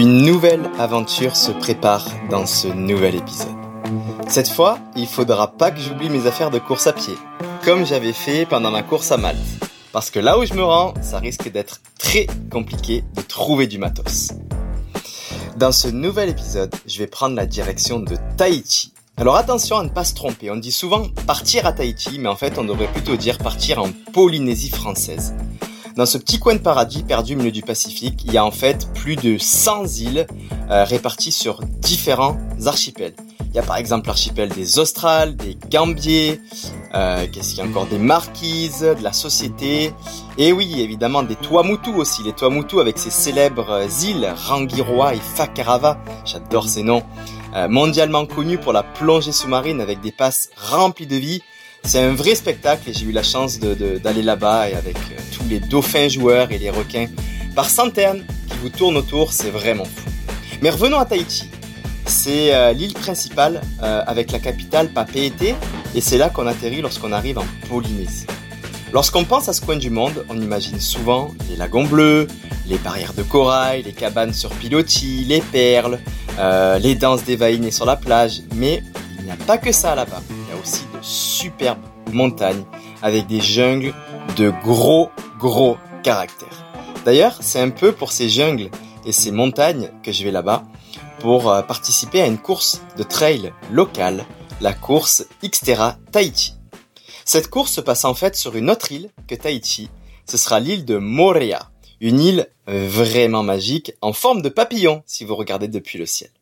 Une nouvelle aventure se prépare dans ce nouvel épisode. Cette fois, il faudra pas que j'oublie mes affaires de course à pied, comme j'avais fait pendant ma course à Malte. Parce que là où je me rends, ça risque d'être très compliqué de trouver du matos. Dans ce nouvel épisode, je vais prendre la direction de Tahiti. Alors attention à ne pas se tromper, on dit souvent partir à Tahiti, mais en fait on devrait plutôt dire partir en Polynésie française. Dans ce petit coin de paradis perdu au milieu du Pacifique, il y a en fait plus de 100 îles réparties sur différents archipels. Il y a par exemple l'archipel des Australes, des Gambiers, qu'est-ce qu'il y a encore, des Marquises, de la Société, et oui, évidemment des Tuamotu aussi, les Tuamotu avec ces célèbres îles Rangiroa et Fakarava, j'adore ces noms, mondialement connus pour la plongée sous-marine avec des passes remplies de vie. C'est un vrai spectacle et j'ai eu la chance d'aller là-bas et avec tous les dauphins joueurs et les requins par centaines qui vous tournent autour, c'est vraiment fou. Mais revenons à Tahiti. C'est l'île principale avec la capitale Papeete et c'est là qu'on atterrit lorsqu'on arrive en Polynésie. Lorsqu'on pense à ce coin du monde, on imagine souvent les lagons bleus, les barrières de corail, les cabanes sur pilotis, les perles, les danses des vaïnés sur la plage, mais il n'y a pas que ça là-bas. Il y a aussi de superbes montagnes avec des jungles de gros caractère. D'ailleurs, c'est un peu pour ces jungles et ces montagnes que je vais là-bas pour participer à une course de trail locale, la course Xterra Tahiti. Cette course se passe en fait sur une autre île que Tahiti. Ce sera l'île de Moorea, une île vraiment magique en forme de papillon si vous regardez depuis le ciel.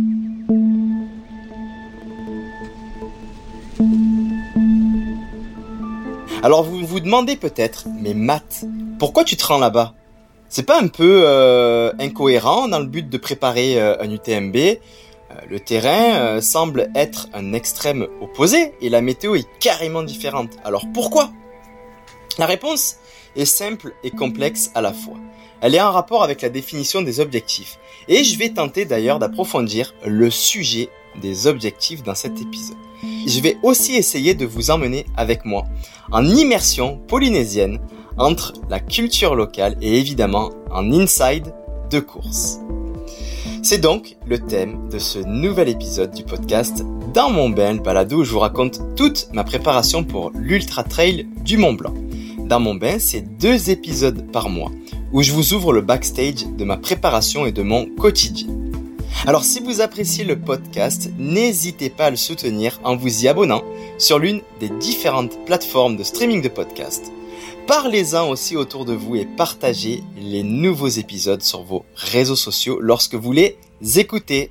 Alors vous vous demandez peut-être, mais Matt, pourquoi tu te rends là-bas ? C'est pas un peu incohérent dans le but de préparer un UTMB ? Le terrain semble être un extrême opposé et la météo est carrément différente. Alors pourquoi ? La réponse est simple et complexe à la fois. Elle est en rapport avec la définition des objectifs. Et je vais tenter d'ailleurs d'approfondir le sujet des objectifs dans cet épisode. Je vais aussi essayer de vous emmener avec moi en immersion polynésienne entre la culture locale et évidemment en inside de course. C'est donc le thème de ce nouvel épisode du podcast Dans mon bain, le balado où je vous raconte toute ma préparation pour l'Ultra Trail du Mont Blanc. Dans mon bain, c'est 2 épisodes par mois où je vous ouvre le backstage de ma préparation et de mon quotidien. Alors si vous appréciez le podcast, n'hésitez pas à le soutenir en vous y abonnant sur l'une des différentes plateformes de streaming de podcasts. Parlez-en aussi autour de vous et partagez les nouveaux épisodes sur vos réseaux sociaux lorsque vous les écoutez.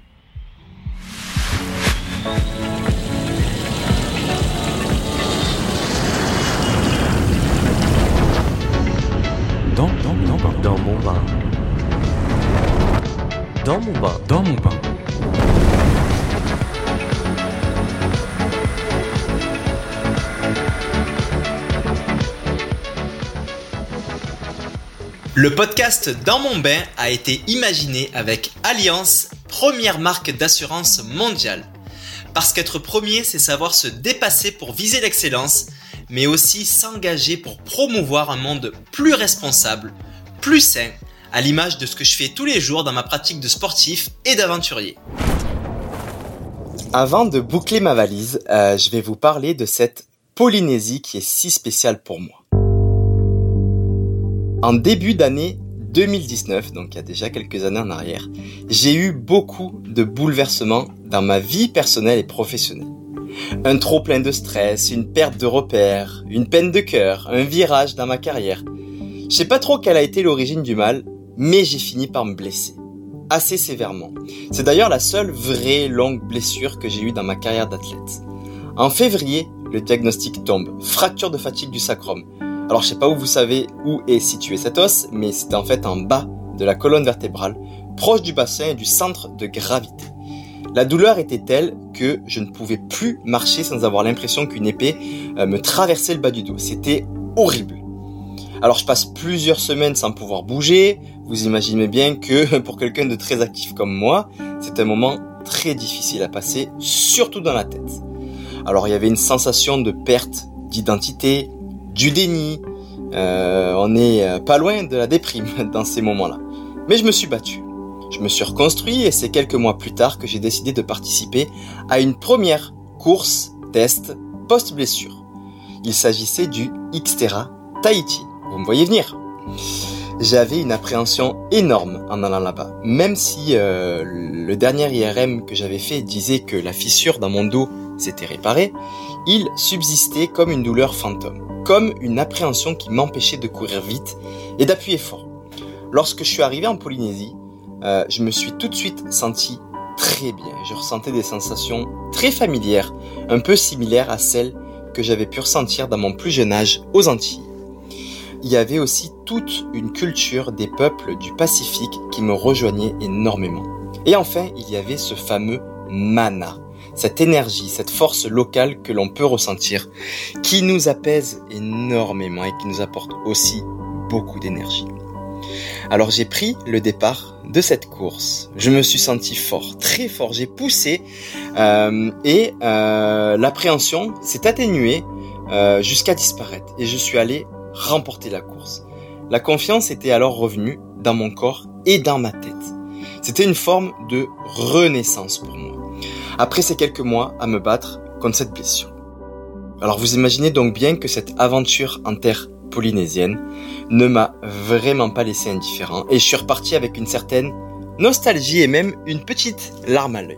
Dans mon bain. Dans mon bain. Dans mon bain. Le podcast Dans mon bain a été imaginé avec Allianz, première marque d'assurance mondiale. Parce qu'être premier, c'est savoir se dépasser pour viser l'excellence, mais aussi s'engager pour promouvoir un monde plus responsable, plus sain, à l'image de ce que je fais tous les jours dans ma pratique de sportif et d'aventurier. Avant de boucler ma valise, je vais vous parler de cette Polynésie qui est si spéciale pour moi. En début d'année 2019, donc il y a déjà quelques années en arrière, j'ai eu beaucoup de bouleversements dans ma vie personnelle et professionnelle. Un trop plein de stress, une perte de repères, une peine de cœur, un virage dans ma carrière. Je sais pas trop quelle a été l'origine du mal, mais j'ai fini par me blesser. Assez sévèrement. C'est d'ailleurs la seule vraie longue blessure que j'ai eue dans ma carrière d'athlète. En février, le diagnostic tombe. Fracture de fatigue du sacrum. Alors je sais pas où vous savez où est situé cet os, mais c'était en fait en bas de la colonne vertébrale, proche du bassin et du centre de gravité. La douleur était telle que je ne pouvais plus marcher sans avoir l'impression qu'une épée me traversait le bas du dos. C'était horrible. Alors je passe plusieurs semaines sans pouvoir bouger. Vous imaginez bien que pour quelqu'un de très actif comme moi, c'est un moment très difficile à passer, surtout dans la tête. Alors il y avait une sensation de perte d'identité, du déni, on est pas loin de la déprime dans ces moments-là. Mais je me suis battu. Je me suis reconstruit et c'est quelques mois plus tard que j'ai décidé de participer à une première course test post-blessure. Il s'agissait du Xterra Tahiti. Vous me voyez venir. J'avais une appréhension énorme en allant là-bas. Même si le dernier IRM que j'avais fait disait que la fissure dans mon dos s'était réparée, il subsistait comme une douleur fantôme, comme une appréhension qui m'empêchait de courir vite et d'appuyer fort. Lorsque je suis arrivé en Polynésie, je me suis tout de suite senti très bien. Je ressentais des sensations très familières, un peu similaires à celles que j'avais pu ressentir dans mon plus jeune âge aux Antilles. Il y avait aussi toute une culture des peuples du Pacifique qui me rejoignait énormément. Et enfin, il y avait ce fameux mana, cette énergie, cette force locale que l'on peut ressentir, qui nous apaise énormément et qui nous apporte aussi beaucoup d'énergie. Alors j'ai pris le départ de cette course. Je me suis senti fort, très fort. J'ai poussé et l'appréhension s'est atténuée jusqu'à disparaître. Et je suis allé remporter la course. La confiance était alors revenue dans mon corps et dans ma tête. C'était une forme de renaissance pour moi. Après ces quelques mois à me battre contre cette blessure. Alors vous imaginez donc bien que cette aventure en terre polynésienne ne m'a vraiment pas laissé indifférent et je suis reparti avec une certaine nostalgie et même une petite larme à l'œil.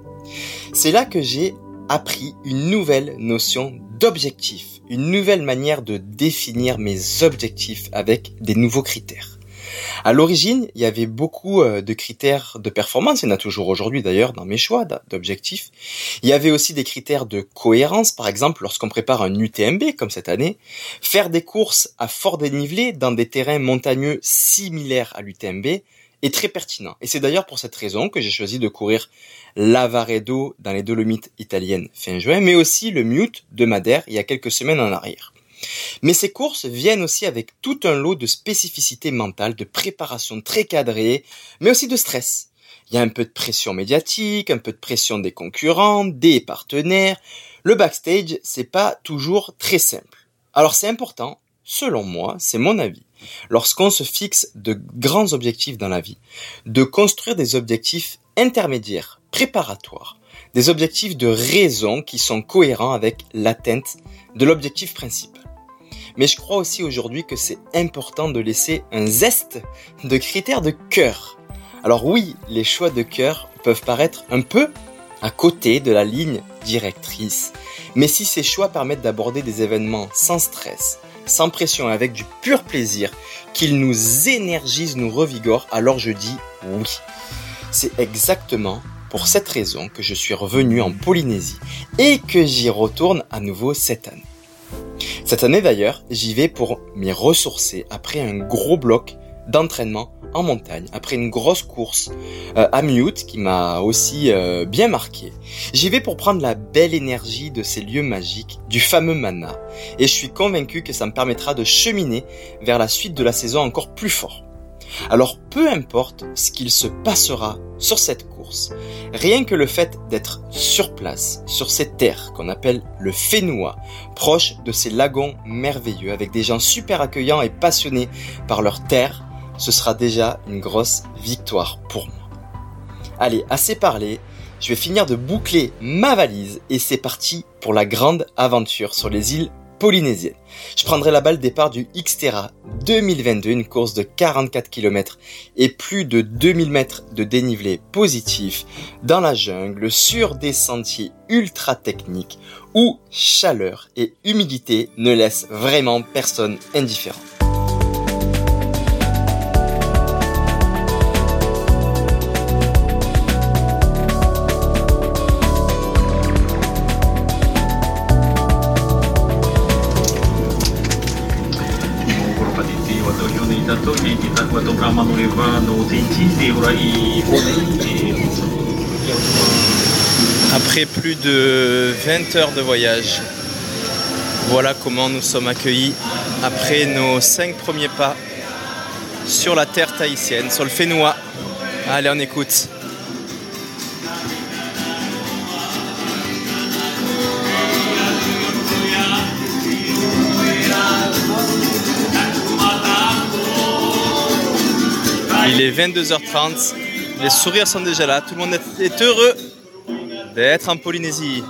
C'est là que j'ai appris une nouvelle notion d'objectif, une nouvelle manière de définir mes objectifs avec des nouveaux critères. À l'origine, il y avait beaucoup de critères de performance, il y en a toujours aujourd'hui d'ailleurs dans mes choix d'objectifs. Il y avait aussi des critères de cohérence, par exemple lorsqu'on prépare un UTMB comme cette année, faire des courses à fort dénivelé dans des terrains montagneux similaires à l'UTMB est très pertinent. Et c'est d'ailleurs pour cette raison que j'ai choisi de courir l'Avaredo dans les Dolomites italiennes fin juin, mais aussi le Mute de Madère il y a quelques semaines en arrière. Mais ces courses viennent aussi avec tout un lot de spécificités mentales, de préparation très cadrée, mais aussi de stress. Il y a un peu de pression médiatique, un peu de pression des concurrents, des partenaires. Le backstage, c'est pas toujours très simple. Alors c'est important, selon moi, c'est mon avis, lorsqu'on se fixe de grands objectifs dans la vie, de construire des objectifs intermédiaires, préparatoires, des objectifs de raison qui sont cohérents avec l'atteinte de l'objectif principal. Mais je crois aussi aujourd'hui que c'est important de laisser un zeste de critères de cœur. Alors oui, les choix de cœur peuvent paraître un peu à côté de la ligne directrice, mais si ces choix permettent d'aborder des événements sans stress, sans pression et avec du pur plaisir, qu'ils nous énergisent, nous revigorent, alors je dis oui. C'est exactement pour cette raison que je suis revenu en Polynésie et que j'y retourne à nouveau cette année. Cette année d'ailleurs, j'y vais pour m'y ressourcer après un gros bloc d'entraînement en montagne, après une grosse course à Mute qui m'a aussi bien marqué. J'y vais pour prendre la belle énergie de ces lieux magiques, du fameux mana, et je suis convaincu que ça me permettra de cheminer vers la suite de la saison encore plus fort. Alors peu importe ce qu'il se passera sur cette course, rien que le fait d'être sur place, sur ces terres qu'on appelle le Whenua, proche de ces lagons merveilleux avec des gens super accueillants et passionnés par leur terre, ce sera déjà une grosse victoire pour moi. Allez, assez parlé, je vais finir de boucler ma valise et c'est parti pour la grande aventure sur les îles polynésiennes. Je prendrai là-bas le départ du Xterra 2022, une course de 44 km et plus de 2000 mètres de dénivelé positif dans la jungle, sur des sentiers ultra techniques où chaleur et humidité ne laissent vraiment personne indifférent. Après plus de 20 heures de voyage, voilà comment nous sommes accueillis après nos 5 premiers pas sur la terre tahitienne, sur le Whenua. Allez, on écoute. Il est 22h30, Les sourires sont déjà là, tout le monde est heureux d'être en Polynésie.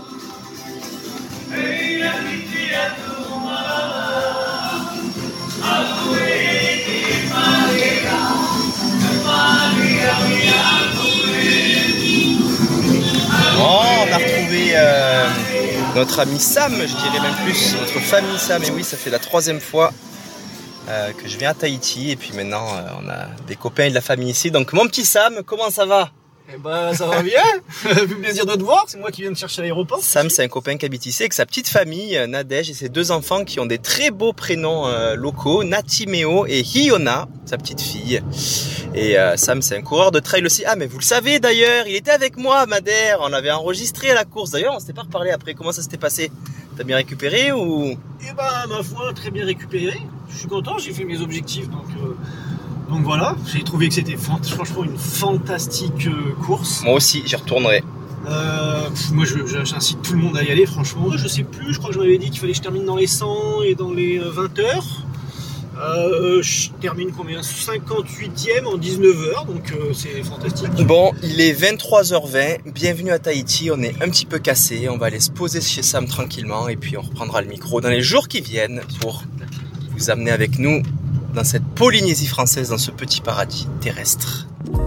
Bon, on a retrouvé notre ami Sam, je dirais même plus, notre famille Sam. Et oui, ça fait la 3e fois que je viens à Tahiti. Et puis maintenant, on a des copains et de la famille ici. Donc mon petit Sam, comment ça va ? Eh ben, ça va bien. Plus plaisir de te voir. C'est moi qui viens te chercher à l'aéroport. Sam, c'est un copain qui habite ici avec sa petite famille, Nadège, et ses 2 enfants qui ont des très beaux prénoms locaux, Natimeo et Hiona, sa petite fille. Et Sam, c'est un coureur de trail aussi. Ah, mais vous le savez d'ailleurs, il était avec moi à Madère. On avait enregistré la course. D'ailleurs, on s'était pas reparlé après. Comment ça s'était passé ? T'as bien récupéré ou ? Eh ben, ma foi, très bien récupéré. Je suis content. J'ai fait mes objectifs, donc voilà. J'ai trouvé que c'était franchement une fantastique course. Moi aussi, j'y retournerai. Moi, j'incite tout le monde à y aller. Franchement, je sais plus. Je crois que je m'avais dit qu'il fallait que je termine dans les 100 et dans les 20 heures. Je termine combien ? 58e en 19 heures, donc c'est fantastique. Bon, il est 23h20, bienvenue à Tahiti, on est un petit peu cassé, on va aller se poser chez Sam tranquillement et puis on reprendra le micro dans les jours qui viennent pour vous amener avec nous dans cette Polynésie française, dans ce petit paradis terrestre.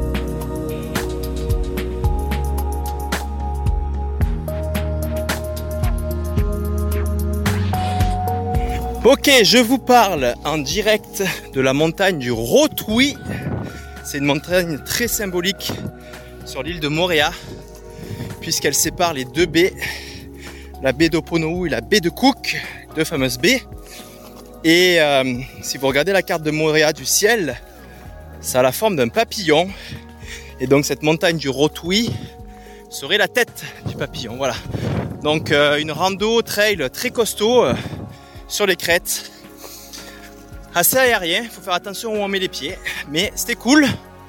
Ok, je vous parle en direct de la montagne du Rotui. C'est une montagne très symbolique sur l'île de Moorea, puisqu'elle sépare les 2 baies, la baie d'Oponou et la baie de Cook, 2 fameuses baies. Et si vous regardez la carte de Moorea du ciel, ça a la forme d'un papillon. Et donc cette montagne du Rotui serait la tête du papillon. Voilà. Donc une rando trail très costaud. Sur les crêtes, assez aérien, il faut faire attention où on met les pieds, mais c'était cool.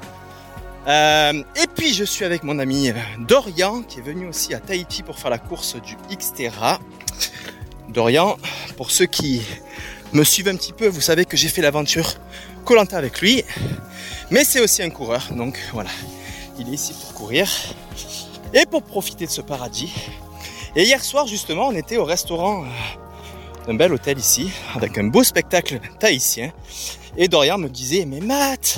Et puis je suis avec mon ami Dorian qui est venu aussi à Tahiti pour faire la course du Xterra. Dorian, pour ceux qui me suivent un petit peu, vous savez que j'ai fait l'aventure Koh Lanta avec lui, mais c'est aussi un coureur, donc voilà, il est ici pour courir et pour profiter de ce paradis. Et hier soir justement, on était au restaurant d'un bel hôtel ici, avec un beau spectacle tahitien. Et Dorian me disait, mais Matt,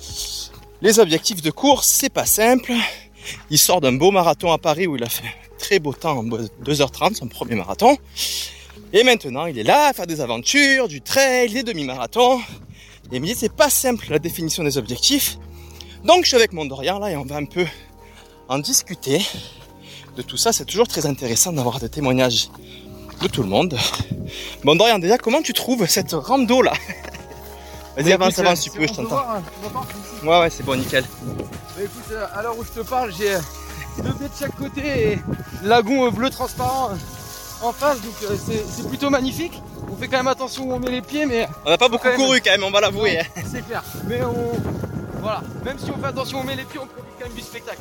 les objectifs de course, c'est pas simple. Il sort d'un beau marathon à Paris où il a fait très beau temps, en 2h30, son premier marathon. Et maintenant, il est là à faire des aventures, du trail, des demi-marathons. Et il me dit, c'est pas simple la définition des objectifs. Donc je suis avec mon Dorian là et on va un peu en discuter de tout ça. C'est toujours très intéressant d'avoir des témoignages de tout le monde. Bon Dorian, déjà comment tu trouves cette rando là? Vas-y, avance tu peux, je t'entends. Ouais c'est bon, nickel. Bah écoute, à l'heure où je te parle, j'ai 2 baies de chaque côté et lagon bleu transparent en face, donc c'est plutôt magnifique. On fait quand même attention où on met les pieds, mais on n'a pas beaucoup couru quand même, on va l'avouer. C'est clair, mais voilà, même si on fait attention où on met les pieds, on profite quand même du spectacle.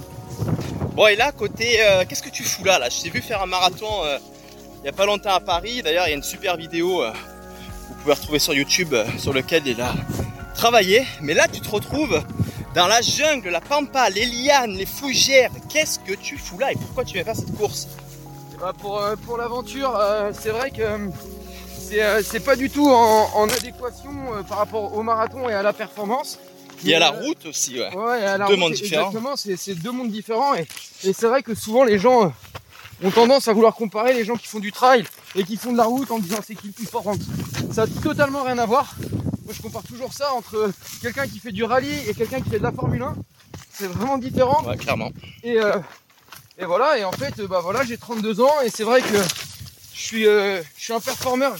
Bon, et là, côté, qu'est-ce que tu fous là? Je t'ai vu faire un marathon il n'y a pas longtemps à Paris. D'ailleurs, il y a une super vidéo vous pouvez retrouver sur YouTube sur lequel il a travaillé. Mais là, tu te retrouves dans la jungle, la pampa, les lianes, les fougères. Qu'est-ce que tu fous là et pourquoi tu viens faire cette course? Bah pour l'aventure, c'est vrai que c'est pas du tout en adéquation par rapport au marathon et à la performance. Il y a la route aussi, ouais. Ouais, à la deux route, mondes différents. Exactement, c'est 2 mondes différents et c'est vrai que souvent les gens ont tendance à vouloir comparer les gens qui font du trail et qui font de la route en disant c'est qui le plus fort. Ça a totalement rien à voir. Moi je compare toujours ça entre quelqu'un qui fait du rallye et quelqu'un qui fait de la Formule 1. C'est vraiment différent. Ouais, clairement. Et voilà, et en fait, voilà, j'ai 32 ans et c'est vrai que je suis un performeur.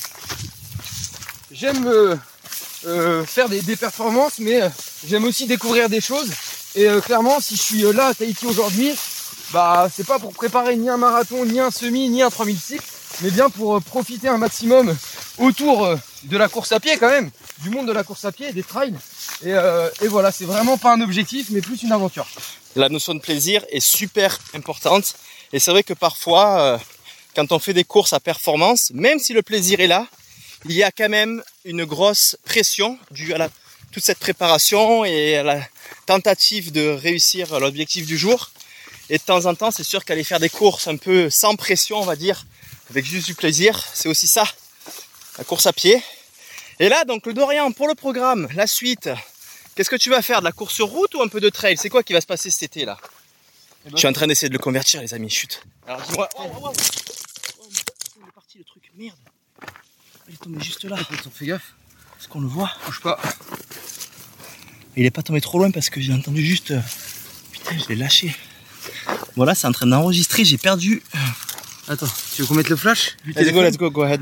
J'aime faire des performances, mais j'aime aussi découvrir des choses. Et clairement, si je suis là à Tahiti aujourd'hui, c'est pas pour préparer ni un marathon, ni un semi, ni un 3006, mais bien pour profiter un maximum autour de la course à pied quand même, du monde de la course à pied, des trails. Et voilà, c'est vraiment pas un objectif, mais plus une aventure. La notion de plaisir est super importante. Et c'est vrai que parfois, quand on fait des courses à performance, même si le plaisir est là, il y a quand même une grosse pression due à la toute cette préparation et la tentative de réussir l'objectif du jour. Et de temps en temps, c'est sûr qu'aller faire des courses un peu sans pression, on va dire, avec juste du plaisir, c'est aussi ça, la course à pied. Et là, donc le Dorian, pour le programme, la suite, qu'est-ce que tu vas faire? De la course sur route ou un peu de trail? C'est quoi qui va se passer cet été là? Je suis en train d'essayer de le convertir, les amis, chut. Alors dis-moi. Oh, il est parti le truc, merde. Il est tombé juste là. Fais gaffe. Est-ce qu'on le voit? Bouge pas. Il est pas tombé trop loin parce que j'ai entendu juste... Putain, je l'ai lâché. Voilà, c'est en train d'enregistrer, j'ai perdu... Attends, tu veux qu'on mette le flash? Let's go ahead.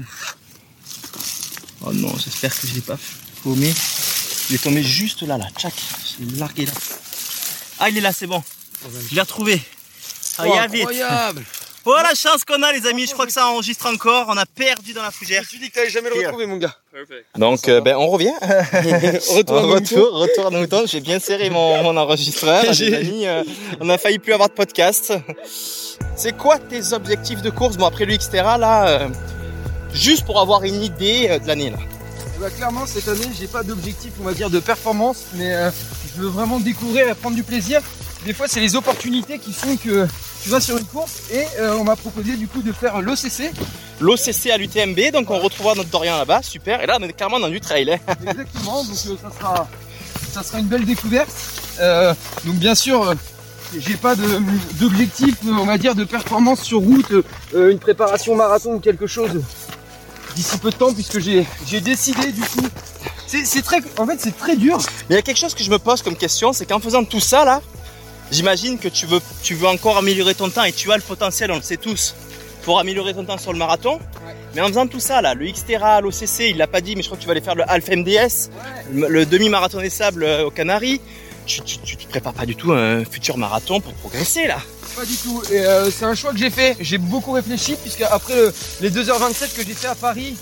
Oh non, j'espère que je l'ai pas paumé. Il est tombé juste là, tchac. Je l'ai largué là. Ah, il est là, c'est bon. Je l'ai retrouvé. Ah, il y a vite. Incroyable. Oh la chance qu'on a les amis, je crois que ça enregistre encore, on a perdu dans la fougère. Je me suis dit que t'allais jamais le retrouver mon gars. Donc on revient. Retour à nos moutons, j'ai bien serré mon enregistreur. Les amis, on a failli plus avoir de podcast. C'est quoi tes objectifs de course? Bon après le Xterra là, juste pour avoir une idée de l'année là. Bah, clairement cette année j'ai pas d'objectif on va dire de performance, mais je veux vraiment découvrir et prendre du plaisir. Des fois c'est les opportunités qui font que tu vas sur une course et on m'a proposé du coup de faire l'OCC. L'OCC à l'UTMB, donc on retrouvera notre Dorian là-bas, super. Et là on est clairement dans du trail. Hein. Exactement, donc ça sera une belle découverte. Donc bien sûr, j'ai pas d'objectif, on va dire, de performance sur route, une préparation marathon ou quelque chose d'ici peu de temps, puisque j'ai décidé du coup. En fait c'est très dur. Mais il y a quelque chose que je me pose comme question, c'est qu'en faisant tout ça là, j'imagine que tu veux encore améliorer ton temps et tu as le potentiel, on le sait tous, pour améliorer ton temps sur le marathon. Ouais. Mais en faisant tout ça, là, le Xterra, l'OCC, il l'a pas dit, mais je crois que tu vas aller faire le Half MDS, ouais. Le demi-marathon des sables aux Canaries. Tu te prépares pas du tout à un futur marathon pour progresser là? Pas du tout. Et c'est un choix que j'ai fait. J'ai beaucoup réfléchi, puisque après les 2h27 que j'ai fait à Paris,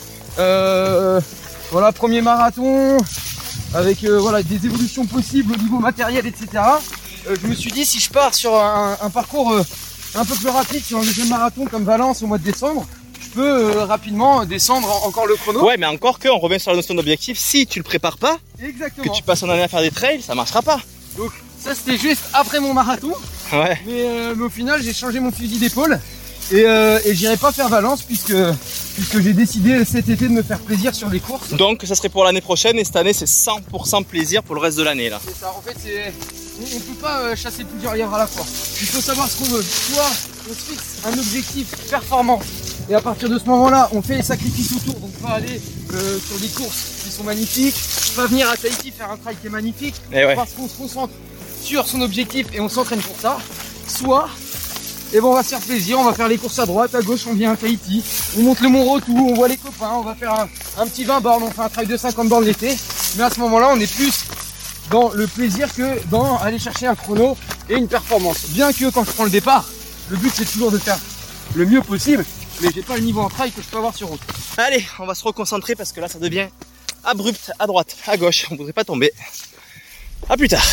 voilà, premier marathon, avec voilà, des évolutions possibles au niveau matériel, etc. Je me suis dit, si je pars sur un parcours un peu plus rapide sur un deuxième marathon comme Valence au mois de décembre, je peux rapidement descendre encore le chrono. Ouais, mais encore que, on revient sur la notion d'objectif, si tu le prépares pas, exactement, que tu passes en année à faire des trails, ça marchera pas. Donc ça c'était juste après mon marathon. Ouais. Mais au final j'ai changé mon fusil d'épaule et j'irai pas faire Valence puisque j'ai décidé cet été de me faire plaisir sur les courses. Donc ça serait pour l'année prochaine et cette année c'est 100% plaisir pour le reste de l'année là. C'est ça, en fait on peut pas chasser plusieurs lièvres à la fois. Il faut savoir ce qu'on veut. Soit on se fixe un objectif performant et à partir de ce moment-là on fait les sacrifices autour, donc pas aller sur des courses qui sont magnifiques, pas venir à Tahiti faire un trail qui est magnifique, parce qu'on se concentre sur son objectif et on s'entraîne pour ça. Soit on va se faire plaisir, on va faire les courses à droite, à gauche, on vient à Tahiti, on monte le Mont Rotou, on voit les copains, on va faire un petit 20 bornes, on fait un trail de 50 bornes l'été. Mais à ce moment-là, on est plus dans le plaisir que dans aller chercher un chrono et une performance. Bien que quand je prends le départ, le but c'est toujours de faire le mieux possible, mais j'ai pas le niveau en trail que je peux avoir sur route. Allez, on va se reconcentrer parce que là ça devient abrupt, à droite, à gauche, on voudrait pas tomber. A plus tard.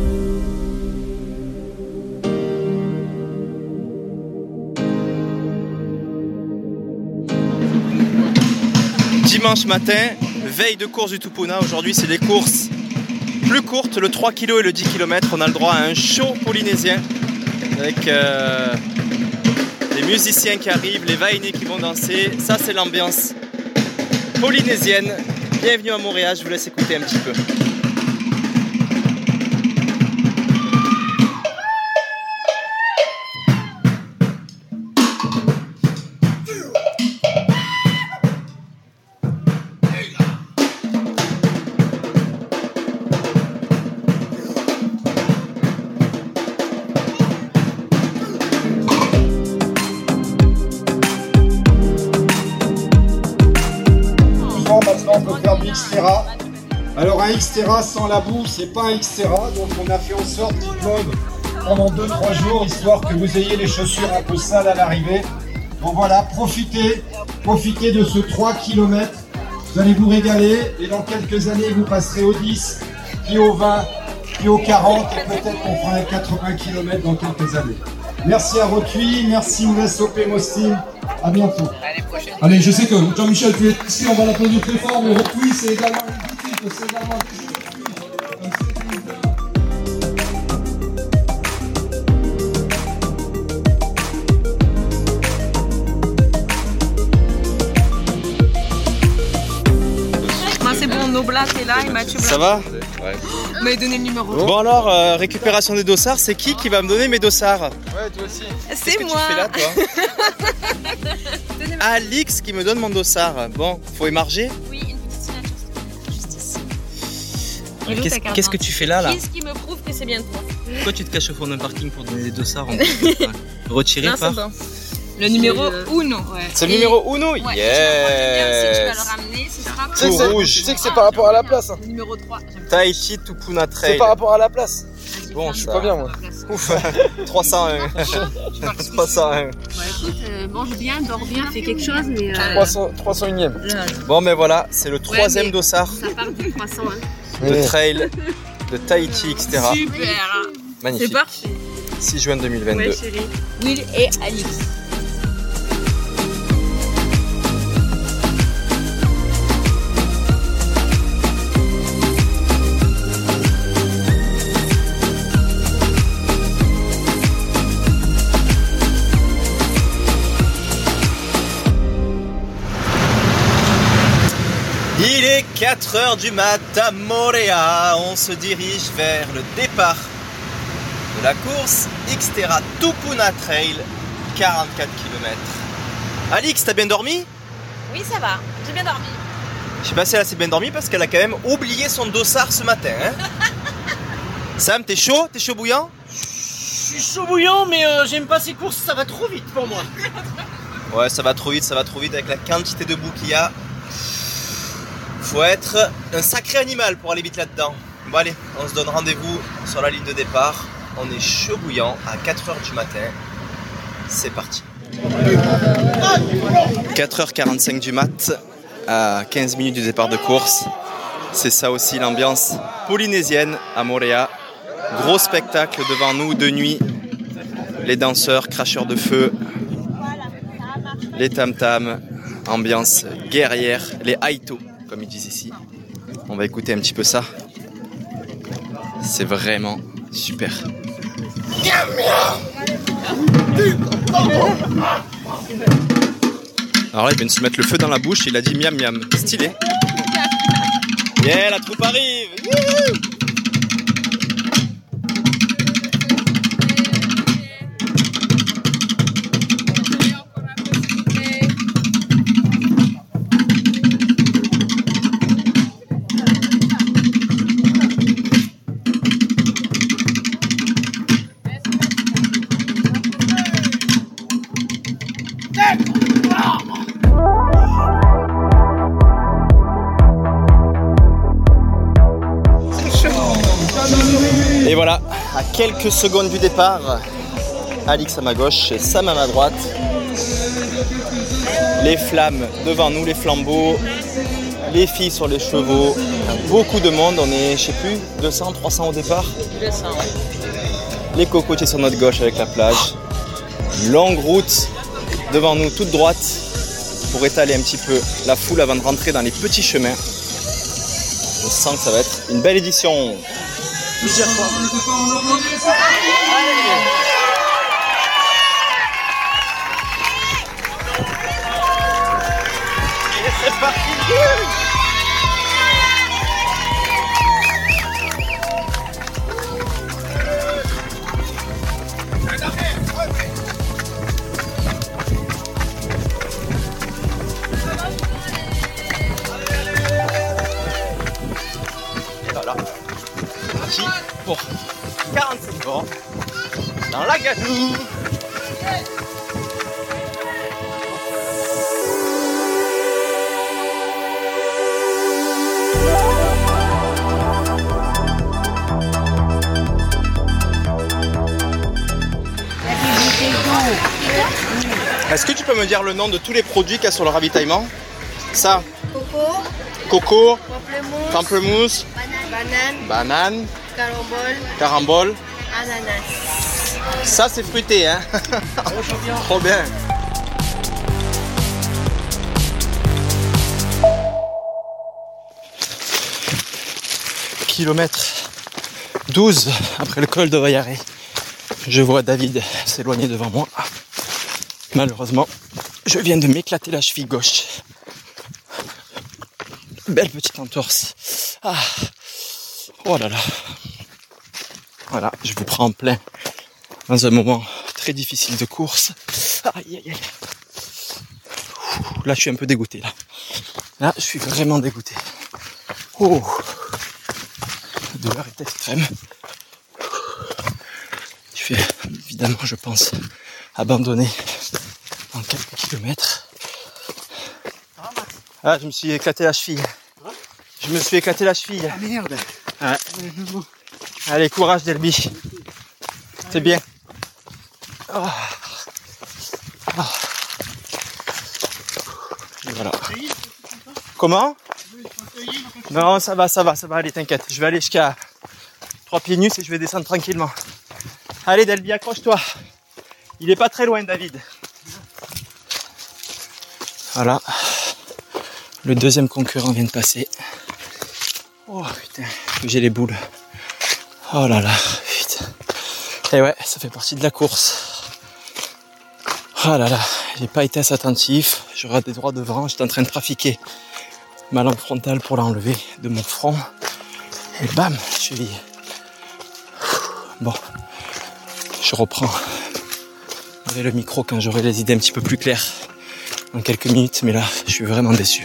Dimanche matin, veille de course du Tupuna. Aujourd'hui, c'est des courses plus courtes, le 3 kg et le 10 km. On a le droit à un show polynésien avec les musiciens qui arrivent, les vainés qui vont danser. Ça, c'est l'ambiance polynésienne. Bienvenue à Montréal, je vous laisse écouter un petit peu. Maintenant on peut faire du Xterra. Alors un Xterra sans la boue, c'est pas un Xterra, donc on a fait en sorte qu'il plombe pendant 2-3 jours, histoire que vous ayez les chaussures un peu sales à l'arrivée. Donc voilà, profitez de ce 3 km, vous allez vous régaler, et dans quelques années vous passerez au 10, puis au 20, puis au 40, et peut-être qu'on fera un 80 km dans quelques années. Merci à Rotui, merci USOP Mostin, à bientôt. Allez, je sais que Jean-Michel, tu es ici, on va l'applaudir très fort, mais Rotui, c'est également une boutique, c'est également un Noblat est là et Mathieu Blanc. Ça va? Il m'a donné le numéro. Bon alors, récupération des dossards, c'est qui va me donner mes dossards? Ouais, toi aussi. C'est Qu'est-ce moi. que tu fais là, toi? Alix qui me donne mon dossard. Bon, faut émarger. Oui, une petite signature. Juste ici. Mais qu'est-ce que tu fais là? Qu'est-ce qui me prouve que c'est bien toi? Pourquoi tu te caches au fond d'un parking pour donner des dossards retirés Non, par c'est bon. Le numéro 1. Ouais. C'est le numéro 1. Ouais, Yes. si tu vas le ramener, ce sera Tout rouge. Tu sais que c'est par rapport à la place. Hein. le numéro 3. Tahiti Tupuna Trail. C'est par rapport à la place. Bon, Je suis pas bien moi. Ouf. 301. 301. Ouais, écoute, mange bien, dors bien, fais quelque chose, mais 301ème. Bon, mais voilà, c'est le troisième mais- dossard ça part du croissant. Hein. de trail de Tahiti, etc. Super. Magnifique. C'est parfait. 6 juin 2022. Ouais, chérie. Will et Alix. Il est 4h du mat à Moorea. On se dirige vers le départ de la course Xterra Tupuna Trail, 44 km. Alix, t'as bien dormi? Oui, ça va. J'ai bien dormi. Je sais pas si elle a assez bien dormi parce qu'elle a quand même oublié son dossard ce matin. Hein. Sam, t'es chaud? T'es chaud bouillant? Je suis chaud bouillant, mais j'aime pas ces courses, ça va trop vite pour moi. Ouais, ça va trop vite avec la quantité de boue qu'il y a. Faut être un sacré animal pour aller vite là-dedans. Bon allez, on se donne rendez-vous sur la ligne de départ. On est chaud bouillant à 4h du matin. C'est parti. 4h45 du mat, à 15 minutes du départ de course. C'est ça aussi l'ambiance polynésienne à Moorea. Gros spectacle devant nous de nuit. Les danseurs, cracheurs de feu, les tam-tams, ambiance guerrière, les haïtos comme ils disent ici. On va écouter un petit peu ça. C'est vraiment super. Alors là, il vient de se mettre le feu dans la bouche et il a dit miam miam. Stylé. Yeah, la troupe arrive. Wouhou. Et voilà, à quelques secondes du départ, Alix à ma gauche, Sam à ma droite. Les flammes devant nous, les flambeaux, les filles sur les chevaux, beaucoup de monde, on est, je sais plus, 200, 300 au départ. 200, ouais. Les cocotiers sur notre gauche avec la plage. Longue route devant nous, toute droite, pour étaler un petit peu la foule avant de rentrer dans les petits chemins. Je sens que ça va être une belle édition. C'est parti. Voilà. Parti pour 45 ans dans la gadoue. Est-ce que tu peux me dire le nom de tous les produits qu'il y a sur le ravitaillement? Ça, coco, pamplemousse, banane, carambole, ananas. Ça c'est fruité hein. Trop bien. Kilomètre 12 après le col de Vaiaré. Je vois David s'éloigner devant moi. Malheureusement, je viens de m'éclater la cheville gauche. Belle petite entorse. Ah. Oh là là. Voilà, je vous prends en plein dans un moment très difficile de course. Aïe aïe aïe. Là je suis un peu dégoûté là. Là je suis vraiment dégoûté. Oh. La douleur est extrême. Je vais évidemment je pense abandonner en quelques kilomètres. Ah, je me suis éclaté la cheville. Je me suis éclaté la cheville. Ah merde. Ouais. Allez, courage Delby. C'est bien. Oh. Oh. Et voilà. Comment? Non, ça va, allez, t'inquiète. Je vais aller jusqu'à 3 pieds nus et je vais descendre tranquillement. Allez Delby, accroche-toi. Il est pas très loin, David. Voilà. Le deuxième concurrent vient de passer. Oh putain, j'ai les boules. Oh là là, putain. Et ouais, ça fait partie de la course. Oh là là, j'ai pas été assez attentif. J'aurais des droits devant, j'étais en train de trafiquer ma lampe frontale pour l'enlever de mon front. Et bam, cheville. Bon, je reprends avec le micro quand j'aurai les idées un petit peu plus claires dans quelques minutes, mais là, je suis vraiment déçu.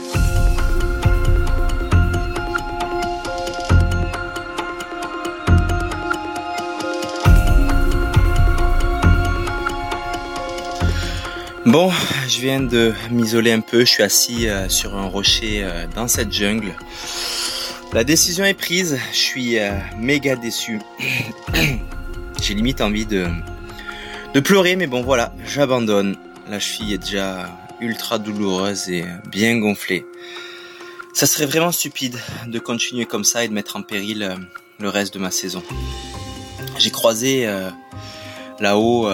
Bon, je viens de m'isoler un peu, je suis assis sur un rocher dans cette jungle. La décision est prise, je suis méga déçu. J'ai limite envie de pleurer, mais bon voilà, j'abandonne. La cheville est déjà ultra douloureuse et bien gonflée. Ça serait vraiment stupide de continuer comme ça et de mettre en péril le reste de ma saison. J'ai croisé là-haut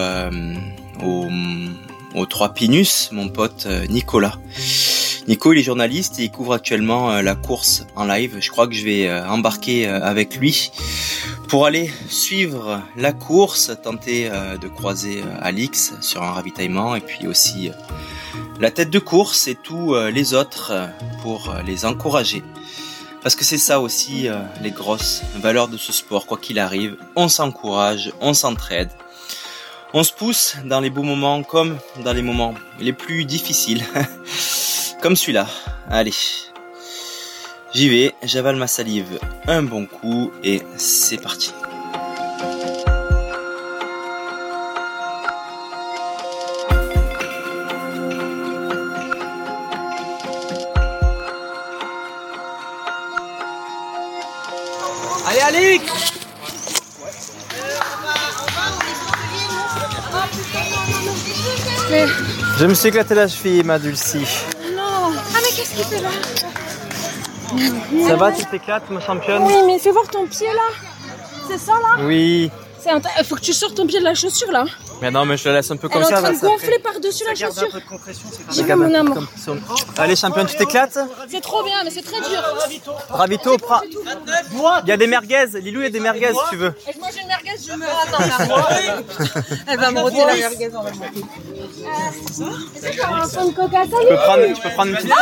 au 3 Pinus, mon pote Nicolas. Nico, il est journaliste et il couvre actuellement la course en live. Je crois que je vais embarquer avec lui pour aller suivre la course, tenter de croiser Alix sur un ravitaillement et puis aussi la tête de course et tous les autres pour les encourager. Parce que c'est ça aussi les grosses valeurs de ce sport, quoi qu'il arrive, on s'encourage, on s'entraide. On se pousse dans les beaux moments comme dans les moments les plus difficiles, comme celui-là. Allez, j'y vais, j'avale ma salive un bon coup et c'est parti. Allez, Alix! Je me suis éclaté la cheville, ma Dulcie. Non. Ah, mais qu'est-ce qu'il fait là? Ça va, tu t'éclates, ma championne? Oui, mais fais voir ton pied là. C'est ça là? Oui. Faut que tu sortes ton pied de la chaussure là. Mais non, mais je te laisse un peu comme Elle est ça. en train de gonfler par-dessus la chaussure. J'y vais, mon amour. Allez, championne, tu t'éclates? C'est trop bien, mais c'est très dur. Ravito, il y a des merguez. Lilou, il y a des merguez si tu veux. Et moi j'ai une merguez, je me attends là. Elle va me rôder la merguez en même temps. Un coca, ça Tu peux prendre une petite...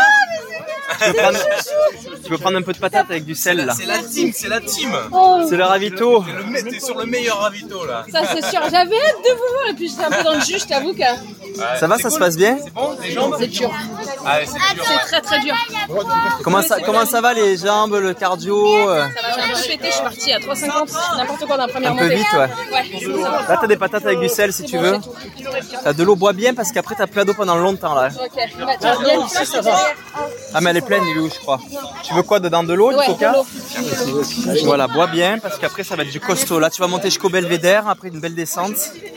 Tu peux prendre un peu de patate avec du sel là. C'est la team. C'est le ravito. T'es sur le meilleur ravito là. Ça c'est sûr, j'avais hâte de vous voir et puis j'étais un peu dans le jus, je t'avoue que Ça va, ça se passe bien? C'est bon, les jambes? c'est dur. Ah, c'est dur. C'est très très dur. Comment ça va les jambes, le cardio? Ça va, j'ai un peu pété, je suis partie à 3,50, n'importe quoi dans la première Un peu montée. vite, ouais. Ouais, ça va. Là, t'as des patates avec du sel si tu veux. T'as de l'eau, bois bien parce qu'après t'as plus d'eau pendant longtemps là. Ok, bah, tiens, viens, ça va. Ah mais elle est pleine Lilou, je crois. Tu veux quoi dedans? De l'eau, du Ouais, coca? de l'eau. Voilà, bois bien parce qu'après ça va être du costaud. Là tu vas monter jusqu'au Belvédère, après une belle descente.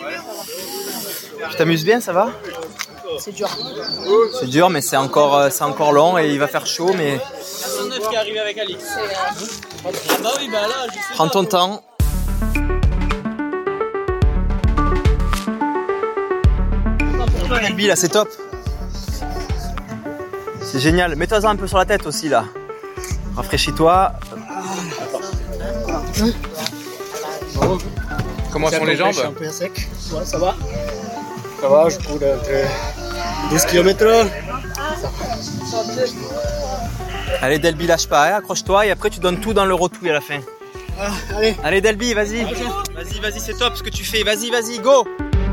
Tu t'amuses bien, ça va? C'est dur. C'est dur mais c'est encore long et il va faire chaud mais... Personne neuf qui est arrivé avec Alix. Bah oui, bah là, je sais. Prends ton temps. Là c'est top. C'est génial. Mets-toi un peu sur la tête aussi là. Rafraîchis-toi. Comment sont les jambes? Je suis un peu sec. Ouais, ça va. Ça va, je cours entre 12 km. Allez Delby, lâche pas, hein, accroche-toi et après tu donnes tout dans le rotouille à la fin. Allez Delby, vas-y. Vas-y, c'est top ce que tu fais. Vas-y, go.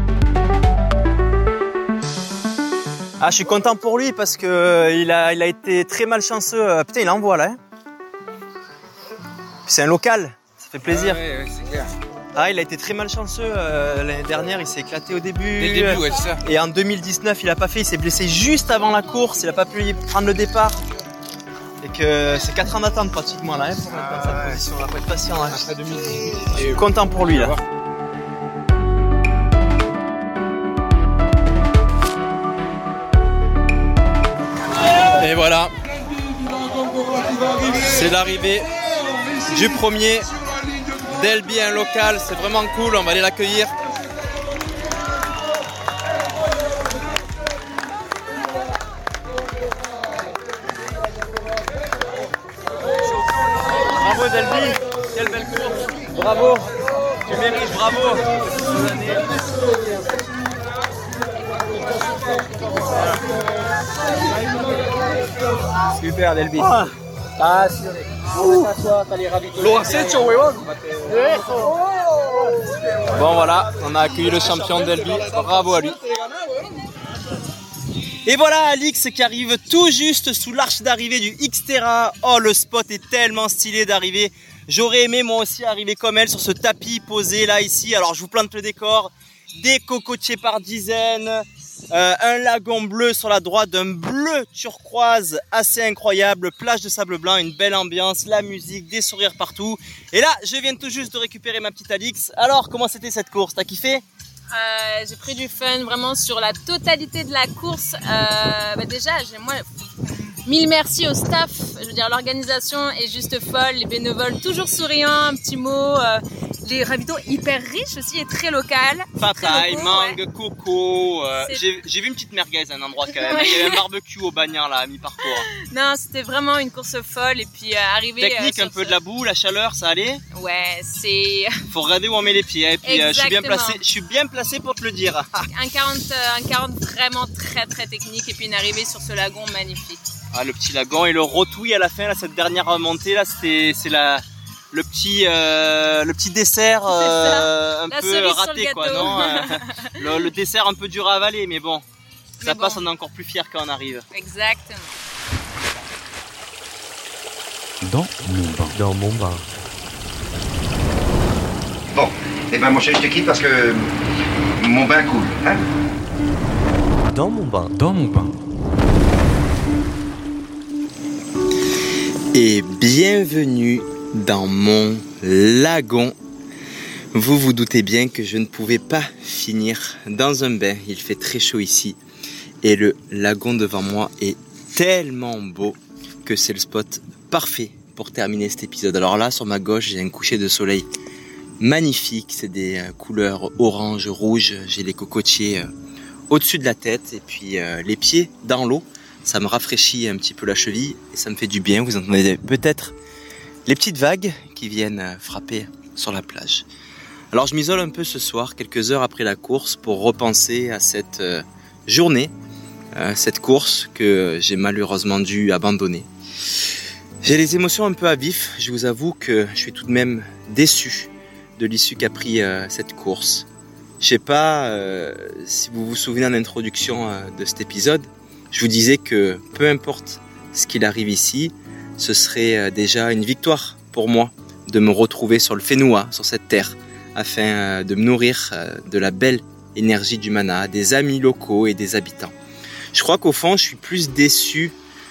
Ah, je suis content pour lui parce que il a été très malchanceux. Putain, il envoie là. Hein. C'est un local, ça fait plaisir. Ouais, c'est clair. Ah, il a été très malchanceux l'année dernière, il s'est éclaté au début. Dès le début, ouais, c'est ça. Et en 2019, il a pas fait, il s'est blessé juste avant la course, il a pas pu prendre le départ. Et que c'est 4 ans d'attente pratiquement là, hein, pour être dans cette position. Il faut être patient. Hein. Après 2018. Je suis content pour lui là. Et voilà, c'est l'arrivée du premier Delby, un local, c'est vraiment cool, on va aller l'accueillir. Bravo Delby, quelle belle course, bravo, tu mérites, bravo. Super Delby. Bon voilà, on a accueilli le champion Delby, bravo à lui. Et voilà Alix qui arrive tout juste sous l'arche d'arrivée du Xterra. Oh, le spot est tellement stylé d'arriver. J'aurais aimé moi aussi arriver comme elle sur ce tapis posé là ici. Alors je vous plante le décor, des cocotiers par dizaines, un lagon bleu sur la droite, un bleu turquoise assez incroyable, plage de sable blanc, une belle ambiance, la musique, des sourires partout. Et là, je viens tout juste de récupérer ma petite Alix. Alors, comment c'était cette course? T'as kiffé? J'ai pris du fun vraiment sur la totalité de la course. Déjà, mille merci au staff. Je veux dire, l'organisation est juste folle. Les bénévoles toujours souriants, un petit mot. Les ravitaux hyper riches aussi et très local. Papaye, locaux, mangue, ouais. coco. J'ai vu une petite merguez à un endroit quand même. Ouais. Il y avait un barbecue au Bagnan là, à mi-parcours. Non, c'était vraiment une course folle. Et puis arriver. Technique, un peu de la boue, la chaleur, ça allait? Ouais, c'est. Faut regarder où on met les pieds. Et puis je suis bien placé pour te le dire. un 40 vraiment très très technique. Et puis une arrivée sur ce lagon magnifique. Ah, le petit lagon et le rotouille à la fin, là, cette dernière montée là, c'est le petit dessert un peu raté quoi, non? Le dessert un peu dur à avaler, mais bon, ça passe, on est encore plus fiers quand on arrive. Exactement. Dans mon bain. Bon, eh ben mon cher, je te quitte parce que mon bain coule, hein? Dans mon bain. Et bienvenue dans mon lagon. Vous vous doutez bien que je ne pouvais pas finir dans un bain. Il fait très chaud ici. Et le lagon devant moi est tellement beau que c'est le spot parfait pour terminer cet épisode. Alors là, sur ma gauche, j'ai un coucher de soleil magnifique. C'est des couleurs orange, rouge. J'ai les cocotiers au-dessus de la tête et puis les pieds dans l'eau. Ça me rafraîchit un petit peu la cheville et ça me fait du bien. Vous entendez peut-être les petites vagues qui viennent frapper sur la plage. Alors je m'isole un peu ce soir, quelques heures après la course, pour repenser à cette journée, cette course que j'ai malheureusement dû abandonner. J'ai les émotions un peu à vif. Je vous avoue que je suis tout de même déçu de l'issue qu'a pris cette course. Je sais pas si vous vous souvenez en introduction de cet épisode. Je vous disais que peu importe ce qu'il arrive ici, ce serait déjà une victoire pour moi de me retrouver sur le Fénois, sur cette terre, afin de me nourrir de la belle énergie du Mana, des amis locaux et des habitants. Je crois qu'au fond, je suis plus déçu,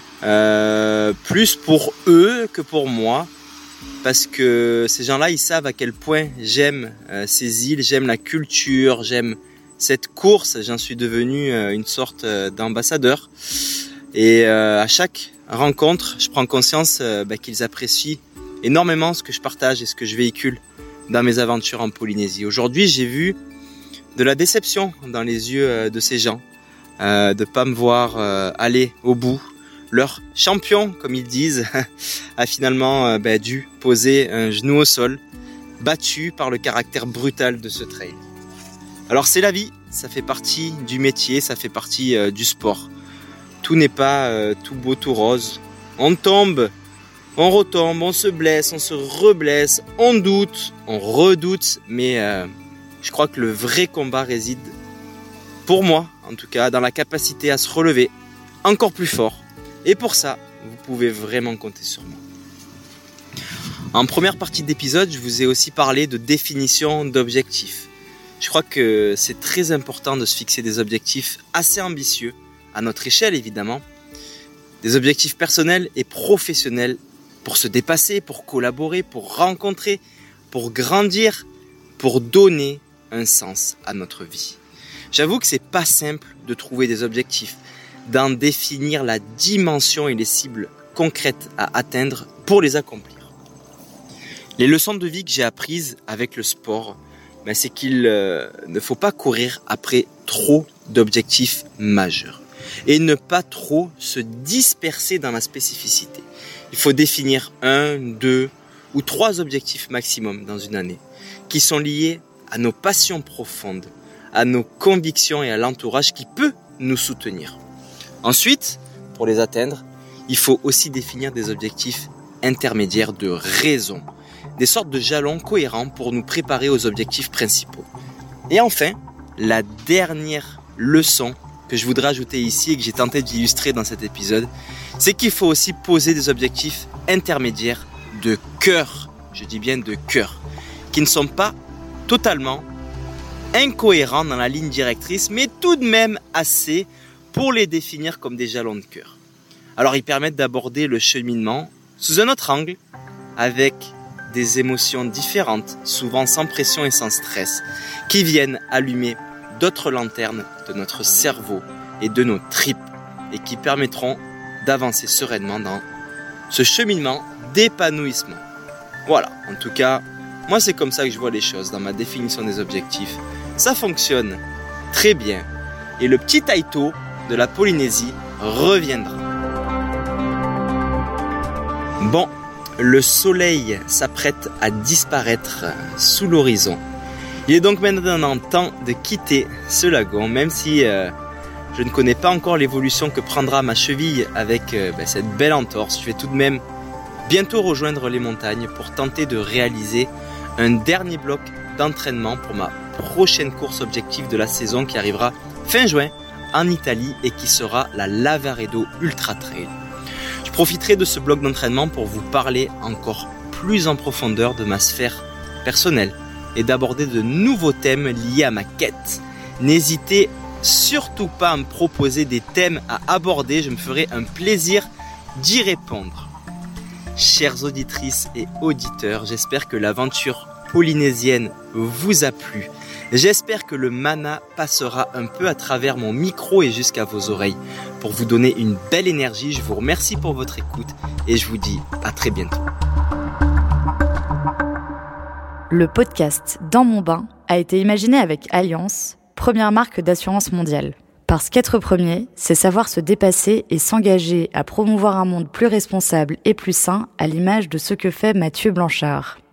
plus pour eux que pour moi, parce que ces gens-là, ils savent à quel point j'aime ces îles, j'aime la culture, j'aime cette course, j'en suis devenu une sorte d'ambassadeur. Et à chaque rencontre, je prends conscience qu'ils apprécient énormément ce que je partage et ce que je véhicule dans mes aventures en Polynésie. Aujourd'hui, j'ai vu de la déception dans les yeux de ces gens, de pas me voir aller au bout. Leur champion, comme ils disent, a finalement dû poser un genou au sol, battu par le caractère brutal de ce trail. Alors c'est la vie, ça fait partie du métier, ça fait partie du sport. Tout n'est pas tout beau, tout rose. On tombe, on retombe, on se blesse, on se reblesse, on doute, on redoute, mais je crois que le vrai combat réside, pour moi en tout cas, dans la capacité à se relever encore plus fort. Et pour ça, vous pouvez vraiment compter sur moi. En première partie d'épisode, je vous ai aussi parlé de définition d'objectifs. Je crois que c'est très important de se fixer des objectifs assez ambitieux, à notre échelle évidemment, des objectifs personnels et professionnels pour se dépasser, pour collaborer, pour rencontrer, pour grandir, pour donner un sens à notre vie. J'avoue que c'est pas simple de trouver des objectifs, d'en définir la dimension et les cibles concrètes à atteindre pour les accomplir. Les leçons de vie que j'ai apprises avec le sport, c'est qu'il ne faut pas courir après trop d'objectifs majeurs et ne pas trop se disperser dans la spécificité. Il faut définir 1, 2 ou 3 objectifs maximum dans une année qui sont liés à nos passions profondes, à nos convictions et à l'entourage qui peut nous soutenir. Ensuite, pour les atteindre, il faut aussi définir des objectifs intermédiaires de raison, des sortes de jalons cohérents pour nous préparer aux objectifs principaux. Et enfin, la dernière leçon que je voudrais ajouter ici et que j'ai tenté d'illustrer dans cet épisode, c'est qu'il faut aussi poser des objectifs intermédiaires de cœur, je dis bien de cœur, qui ne sont pas totalement incohérents dans la ligne directrice, mais tout de même assez pour les définir comme des jalons de cœur. Alors ils permettent d'aborder le cheminement sous un autre angle, avec des émotions différentes, souvent sans pression et sans stress, qui viennent allumer d'autres lanternes de notre cerveau et de nos tripes et qui permettront d'avancer sereinement dans ce cheminement d'épanouissement. Voilà, en tout cas, moi c'est comme ça que je vois les choses dans ma définition des objectifs. Ça fonctionne très bien et le petit Taito de la Polynésie reviendra. Bon, le soleil s'apprête à disparaître sous l'horizon. Il est donc maintenant temps de quitter ce lagon, même si je ne connais pas encore l'évolution que prendra ma cheville avec cette belle entorse. Je vais tout de même bientôt rejoindre les montagnes pour tenter de réaliser un dernier bloc d'entraînement pour ma prochaine course objectif de la saison qui arrivera fin juin en Italie et qui sera la Lavaredo Ultra Trail. Je profiterai de ce bloc d'entraînement pour vous parler encore plus en profondeur de ma sphère personnelle et d'aborder de nouveaux thèmes liés à ma quête. N'hésitez surtout pas à me proposer des thèmes à aborder, je me ferai un plaisir d'y répondre. Chères auditrices et auditeurs, j'espère que l'aventure polynésienne vous a plu. J'espère que le mana passera un peu à travers mon micro et jusqu'à vos oreilles pour vous donner une belle énergie. Je vous remercie pour votre écoute et je vous dis à très bientôt. Le podcast Dans mon bain a été imaginé avec Allianz, première marque d'assurance mondiale. Parce qu'être premier, c'est savoir se dépasser et s'engager à promouvoir un monde plus responsable et plus sain à l'image de ce que fait Mathieu Blanchard.